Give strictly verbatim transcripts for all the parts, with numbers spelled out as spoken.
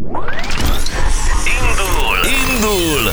Indul! Indul!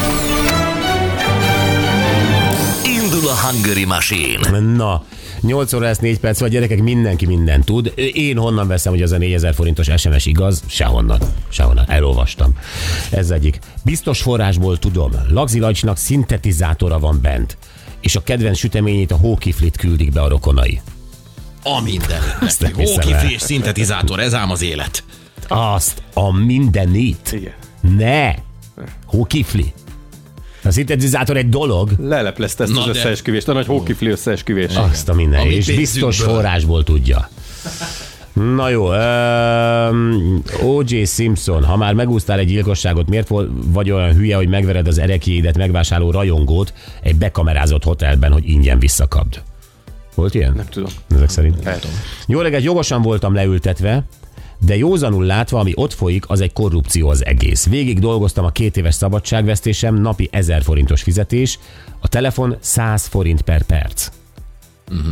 Indul a Hungary Machine. Na, nyolc óra lesz négy perc, vagy gyerekek, mindenki mindent tud. Én honnan veszem, hogy az a négyezer forintos es em es igaz? Sehonnan. Sehonnan. Elolvastam. Ez egyik. Biztos forrásból tudom. Lagzi Lacinak szintetizátora van bent. És a kedvenc süteményét, a hókiflit küldik be a rokonai. A mindenit. Hókifli és szintetizátor, ez ám az élet. Azt a mindenit. Igen. Ne! Hókifli. A szintetizátor egy dolog. Leleplezte ezt Na az de- összeesküvést, a nagy hókifli összeesküvés. Azt a minden. Ami És biztos pénzünkből. forrásból tudja. Na jó, um, o jé Simpson, ha már megúsztál egy gyilkosságot, miért vol- vagy olyan hülye, hogy megvered az erekjéidet megvásárló rajongót egy bekamerázott hotelben, hogy ingyen visszakapd? Volt ilyen? Nem tudom. Ezek szerint. Lehet. Jó reggelt, jogosan voltam leültetve, de józanul látva, ami ott folyik, az egy korrupció az egész. Végig dolgoztam a két éves szabadságvesztésem, napi ezer forintos fizetés, a telefon száz forint per perc. Uh-huh.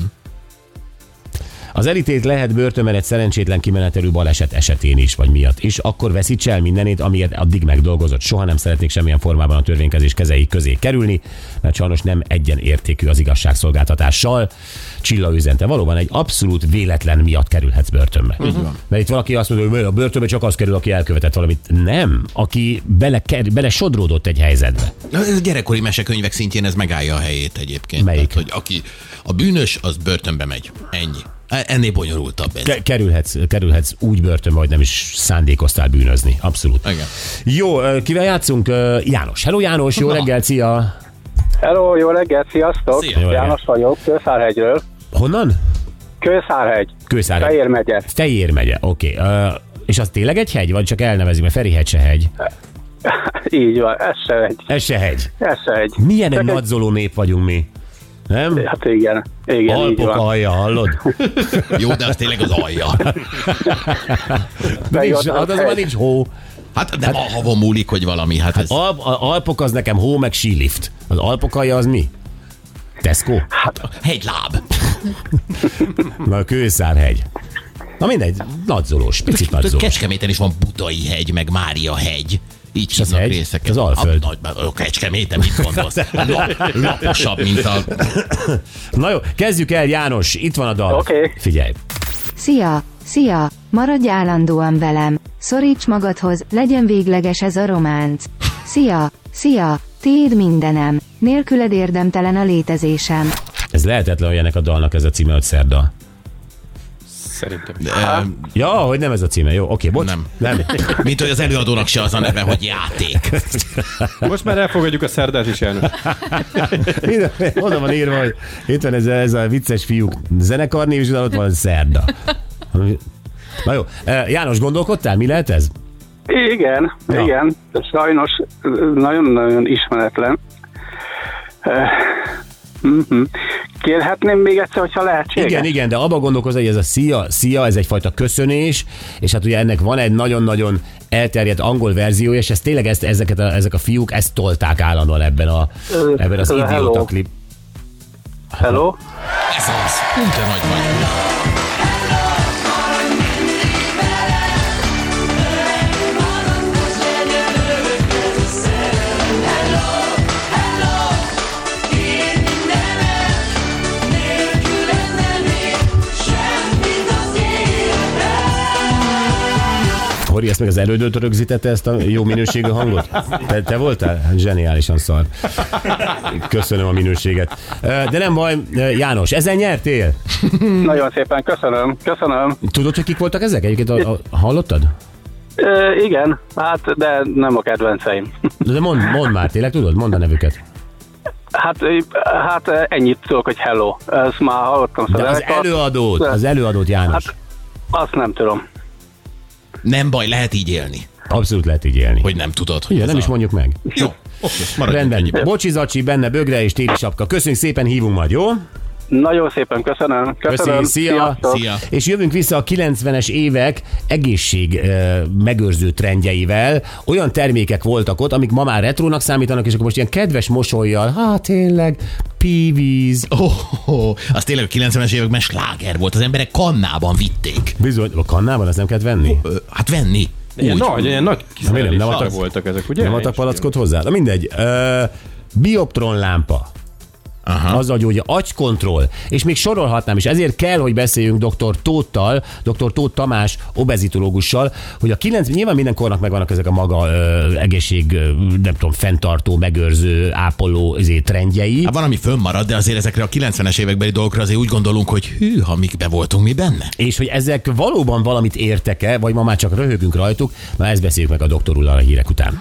Az elítélt lehet börtönben egy szerencsétlen kimenetelő baleset esetén is, vagy miatt is, akkor veszítse el mindenét, amiért addig megdolgozott. Soha nem szeretnék semmilyen formában a törvénykezés kezei közé kerülni, mert sajnos nem egyenértékű az igazságszolgáltatással. Csilla üzente. Valóban egy abszolút véletlen miatt kerülhetsz börtönbe. Uh-huh. Mert itt valaki azt mondja, hogy a börtönbe csak az kerül, aki elkövetett valamit. Nem. Aki bele, bele sodródott egy helyzetbe. Ez gyerekkori mesekönyvek szintjén ez megállja a helyét egyébként. Melyik? Tehát, hogy aki a bűnös, az börtönbe megy. Ennyi. Ennél bonyolultabb ez. Ke- kerülhetsz, kerülhetsz úgy börtönbe, hogy nem is szándékoztál bűnözni. Abszolút. Igen. Jó, kivel játszunk? János. Hello János, jó Na. reggel, szia! Hello, jó reggelt, sziasztok! Szia. Jó János vagyok, Kőszárhegyről. Honnan? Kőszárhegy, Kőszárhegy. Fejér megye. Fejér megye, oké. Okay. Uh, és az tényleg egy hegy, vagy csak elnevezik, mert Ferihegy se hegy? Így van, ez se egy. Ez se hegy. Ez se egy. Milyen egy Csak nadzoló nép vagyunk mi? Nem? Hát igen, igen, így Alpok van. alja, hallod? Jó, de az tényleg az alja. Nincs, ott hát az azonban hegy. nincs hó. Hát nem a havon múlik, hogy valami. Hát ez... Al- a- Alpok az nekem hó, meg sílift. Az Alpok alja az mi? Tesco? Hegyláb. Na, a Kőszárhegy. Na mindegy, nadzolós, picit nadzolós. Kecskeméten is van Budai hegy, meg Mária hegy. Így az hívnak hegy? részeket. Az Alföld. A, a, a Kecskeméten mit gondolsz? La, laposabb, mint a... Na jó, kezdjük el, János, itt van a dal. Oké. Figyelj. Szia, szia, maradj állandóan velem, szoríts magadhoz, legyen végleges ez a románc. Szia, szia, tiéd mindenem, nélküled érdemtelen a létezésem. Ez lehetetlen, hogy ennek a dalnak ez a címe, hogy Szerda. Szerintem. De, Ja, hogy nem ez a címe. Jó, oké, bocs. Nem. nem. mint hogy az előadónak se az a neve, hogy játék. Most már elfogadjuk a szerdát is, János. Oda van írva, hogy itt van ez a, ez a vicces fiúk zenekarnév, és ott van Szerda. Na jó, János, gondolkodtál, mi lehet ez? Igen, Ja. igen, de sajnos nagyon-nagyon ismeretlen. Eh, mhm. Kérhetném még egyszer, hogyha lehetséges? Igen, igen, de abba gondolkozol, hogy ez a szia, szia, ez egyfajta köszönés, és hát ugye ennek van egy nagyon-nagyon elterjedt angol verziója, és ez tényleg ezt, ezeket a, ezek a fiúk ezt tolták állandóan ebben, a, ebben az Hello. idióta klip. Hello? Ez az. Te nagy vagy. Hori, ezt meg az elődöt rögzítette, ezt a jó minőségű hangot? Te, te voltál? Zseniálisan szar. Köszönöm a minőséget. De nem baj, János, ezen nyertél? Nagyon szépen köszönöm, köszönöm. Tudod, hogy kik voltak ezek? Egyébként a, a, hallottad? E, igen, hát de nem a kedvenceim. De mondd, mondd már, tényleg tudod? Mondd a nevüket. Hát, hát ennyit tudok, hogy hello. Ezt már hallottam. De az előadót, az előadót, János. Hát, azt nem tudom. Nem baj, lehet így élni. Abszolút lehet így élni. Hogy nem tudod. Hogy Ugye, ez nem a... is mondjuk meg. Jó, oké, maradjunk Rendben. ennyiben. Bocsi zacsi, benne bögre és téli sapka. Köszönjük szépen, hívunk majd, jó? Nagyon szépen köszönöm. Köszönöm. Köszi, szia. Sziasztok. Szia. És jövünk vissza a kilencvenes évek egészség ö, megőrző trendjeivel. Olyan termékek voltak ott, amik ma már retrónak számítanak, és akkor most ilyen kedves mosollyal, hát tényleg, pívíz. Oh, oh, az tényleg a kilencvenes években sláger volt. Az emberek kannában vitték. Bizony, a kannában azt nem kellett venni? Ö, Hát venni. Ilyen nagy, ilyen nagy kiszerelések nem adtak- voltak ezek, ugye? Nem adtak palackot hozzá? Na mindegy. Ö, bioptron lámpa. Aha. Azzal gyógya, agykontroll, és még sorolhatnám, és ezért kell, hogy beszéljünk doktor Tóttal, doktor Tóth Tamás obezitológussal, hogy a kilenc, nyilván minden kornak megvannak ezek a maga ö, egészség, ö, nem tudom, fenntartó, megőrző, ápoló ezért trendjei. Hát van, ami fönnmarad, de azért ezekre a kilencvenes évekbeli dolgokra azért úgy gondolunk, hogy hű, ha mi be voltunk mi benne. És hogy ezek valóban valamit értek-e, vagy ma már csak röhögünk rajtuk, na ezt beszéljük meg a doktor úrral a hírek után.